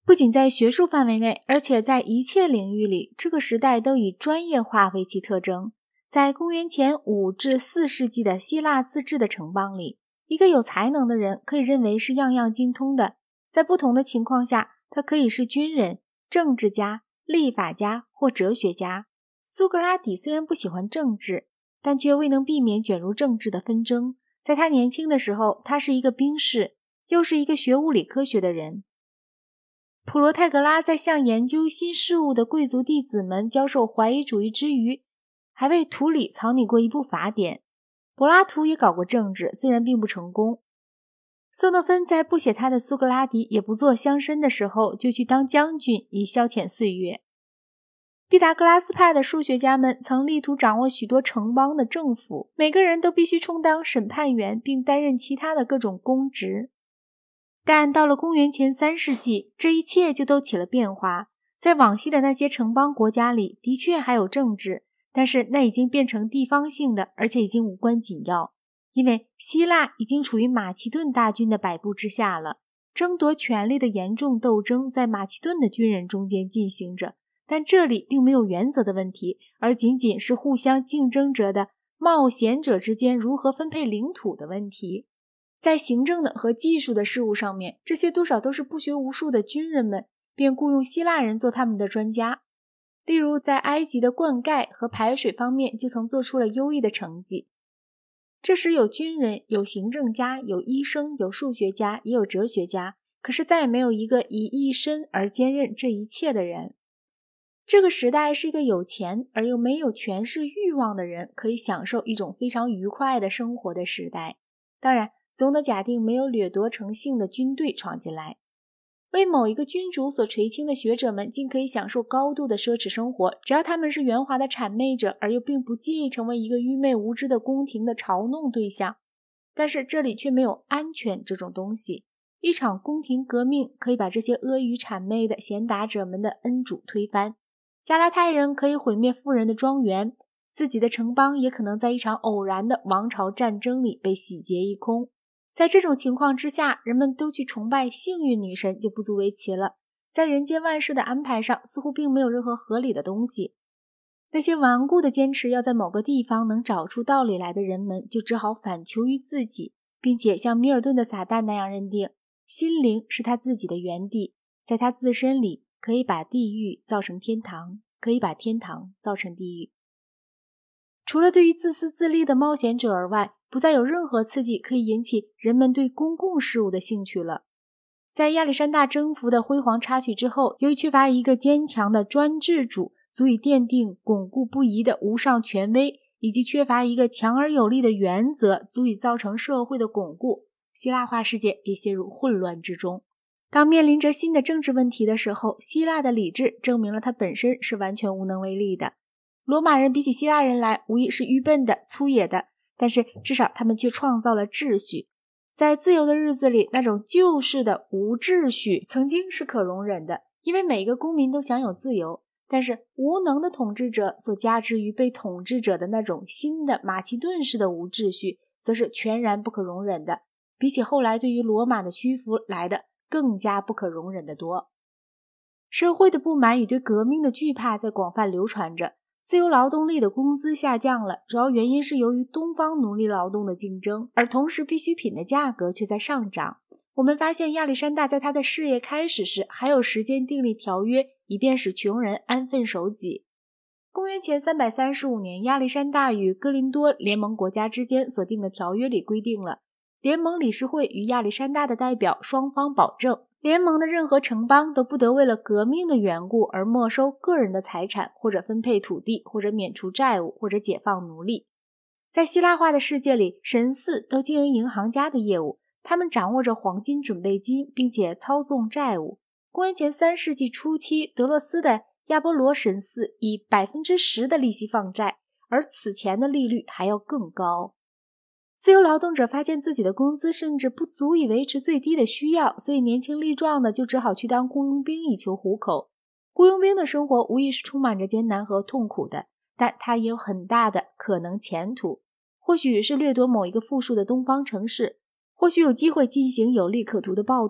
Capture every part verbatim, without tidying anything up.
不仅在学术范围内，而且在一切领域里，这个时代都以专业化为其特征。在公元前五至四世纪的希腊自治的城邦里，一个有才能的人可以认为是样样精通的，在不同的情况下，他可以是军人、政治家、立法家或哲学家。苏格拉底虽然不喜欢政治，但却未能避免卷入政治的纷争。在他年轻的时候，他是一个兵士，又是一个学物理科学的人。普罗泰格拉在向研究新事物的贵族弟子们教授怀疑主义之余，还为图里草拟过一部法典。柏拉图也搞过政治，虽然并不成功。色诺芬在不写他的苏格拉底也不做乡绅的时候，就去当将军以消遣岁月。毕达哥拉斯派的数学家们曾力图掌握许多城邦的政府，每个人都必须充当审判员，并担任其他的各种公职。但到了公元前三世纪，这一切就都起了变化。在往昔的那些城邦国家里，的确还有政治，但是那已经变成地方性的，而且已经无关紧要。因为希腊已经处于马其顿大军的摆布之下了，争夺权力的严重斗争在马其顿的军人中间进行着，但这里并没有原则的问题，而仅仅是互相竞争者的冒险者之间如何分配领土的问题。在行政的和技术的事务上面，这些多少都是不学无术的军人们便雇用希腊人做他们的专家。例如在埃及的灌溉和排水方面就曾做出了优异的成绩。这时有军人，有行政家，有医生，有数学家，也有哲学家，可是再也没有一个以一身而兼任这一切的人。这个时代是一个有钱而又没有权势欲望的人可以享受一种非常愉快的生活的时代。当然总得假定没有掠夺成性的军队闯进来。为某一个君主所垂青的学者们竟可以享受高度的奢侈生活，只要他们是圆滑的谄媚者，而又并不介意成为一个愚昧无知的宫廷的嘲弄对象。但是这里却没有安全这种东西，一场宫廷革命可以把这些阿谀谄媚的贤达者们的恩主推翻，加拉太人可以毁灭富人的庄园，自己的城邦也可能在一场偶然的王朝战争里被洗劫一空。在这种情况之下，人们都去崇拜幸运女神就不足为奇了。在人间万事的安排上，似乎并没有任何合理的东西。那些顽固的坚持要在某个地方能找出道理来的人们，就只好反求于自己，并且像米尔顿的撒旦那样认定，心灵是他自己的原地，在他自身里可以把地狱造成天堂，可以把天堂造成地狱。除了对于自私自利的冒险者而外，不再有任何刺激可以引起人们对公共事务的兴趣了。在亚历山大征服的辉煌插曲之后，由于缺乏一个坚强的专制主足以奠定巩固不移的无上权威，以及缺乏一个强而有力的原则足以造成社会的巩固，希腊化世界也陷入混乱之中。当面临着新的政治问题的时候，希腊的理智证明了它本身是完全无能为力的。罗马人比起希腊人来无疑是愚笨的、粗野的，但是至少他们却创造了秩序。在自由的日子里，那种旧式的无秩序曾经是可容忍的，因为每个公民都享有自由。但是无能的统治者所加之于被统治者的那种新的马其顿式的无秩序，则是全然不可容忍的，比起后来对于罗马的屈服来的更加不可容忍的多。社会的不满与对革命的惧怕在广泛流传着。自由劳动力的工资下降了，主要原因是由于东方奴隶劳动的竞争，而同时必需品的价格却在上涨。我们发现亚历山大在他的事业开始时还有时间订立条约，以便使穷人安分守己。公元前三百三十五年，亚历山大与哥林多联盟国家之间所订的条约里规定了，联盟理事会与亚历山大的代表双方保证，联盟的任何城邦都不得为了革命的缘故而没收个人的财产，或者分配土地，或者免除债务，或者解放奴隶。在希腊化的世界里，神寺都经营银行家的业务，他们掌握着黄金准备金，并且操纵债务。公元前三世纪初期，德勒斯的亚波罗神寺以 百分之十 的利息放债，而此前的利率还要更高。自由劳动者发现自己的工资甚至不足以维持最低的需要，所以年轻力壮的就只好去当雇佣兵以求糊口。雇佣兵的生活无疑是充满着艰难和痛苦的，但它也有很大的可能前途。或许是掠夺某一个富庶的东方城市，或许有机会进行有利可图的暴动，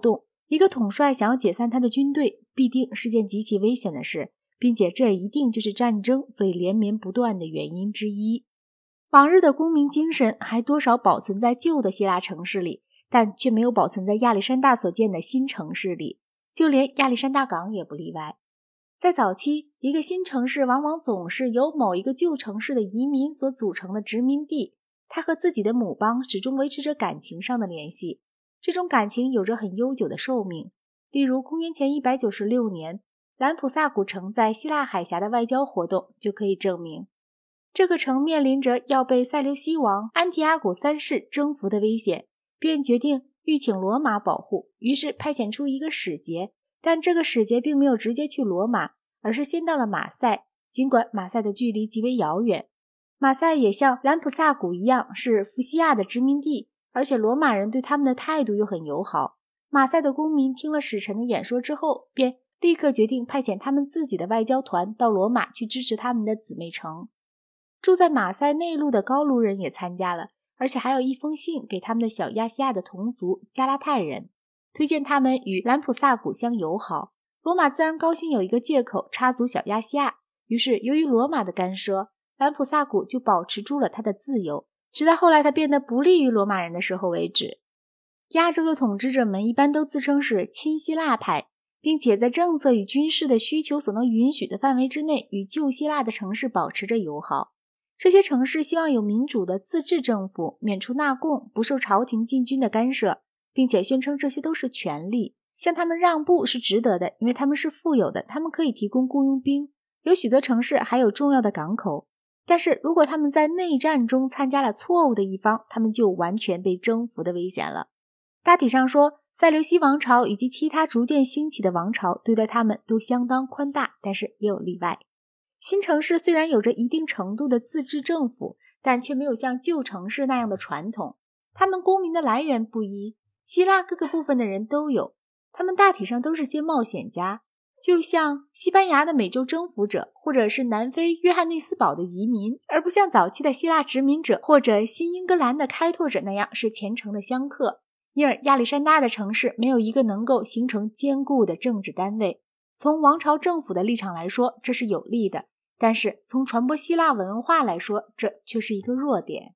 一个统帅想要解散他的军队，必定是件极其危险的事，并且这一定就是战争所以连绵不断的原因之一。往日的公民精神还多少保存在旧的希腊城市里，但却没有保存在亚历山大所建的新城市里，就连亚历山大港也不例外。在早期，一个新城市往往总是由某一个旧城市的移民所组成的殖民地，它和自己的母邦始终维持着感情上的联系，这种感情有着很悠久的寿命。例如公元前一百九十六年，兰普萨古城在希腊海峡的外交活动就可以证明。这个城面临着要被塞琉西王安提阿古三世征服的危险，便决定欲请罗马保护，于是派遣出一个使节，但这个使节并没有直接去罗马，而是先到了马赛，尽管马赛的距离极为遥远。马赛也像兰普萨古一样是福西亚的殖民地，而且罗马人对他们的态度又很友好。马赛的公民听了使臣的演说之后，便立刻决定派遣他们自己的外交团到罗马去支持他们的姊妹城。住在马赛内陆的高卢人也参加了，而且还有一封信给他们的小亚细亚的同族加拉泰人，推荐他们与兰普萨古相友好。罗马自然高兴有一个借口插足小亚细亚，于是由于罗马的干涉，兰普萨古就保持住了他的自由，直到后来他变得不利于罗马人的时候为止。亚洲的统治者们一般都自称是亲希腊派，并且在政策与军事的需求所能允许的范围之内，与旧希腊的城市保持着友好。这些城市希望有民主的自治政府，免除纳贡，不受朝廷禁军的干涉，并且宣称这些都是权利，向他们让步是值得的，因为他们是富有的，他们可以提供雇佣兵。有许多城市还有重要的港口，但是如果他们在内战中参加了错误的一方，他们就完全被征服的危险了。大体上说，塞琉西王朝以及其他逐渐兴起的王朝对待他们都相当宽大，但是也有例外。新城市虽然有着一定程度的自治政府，但却没有像旧城市那样的传统。他们公民的来源不一，希腊各个部分的人都有，他们大体上都是些冒险家，就像西班牙的美洲征服者，或者是南非约翰内斯堡的移民，而不像早期的希腊殖民者或者新英格兰的开拓者那样是虔诚的香客。因而亚历山大的城市没有一个能够形成坚固的政治单位。从王朝政府的立场来说，这是有利的，但是从传播希腊文化来说，这却是一个弱点。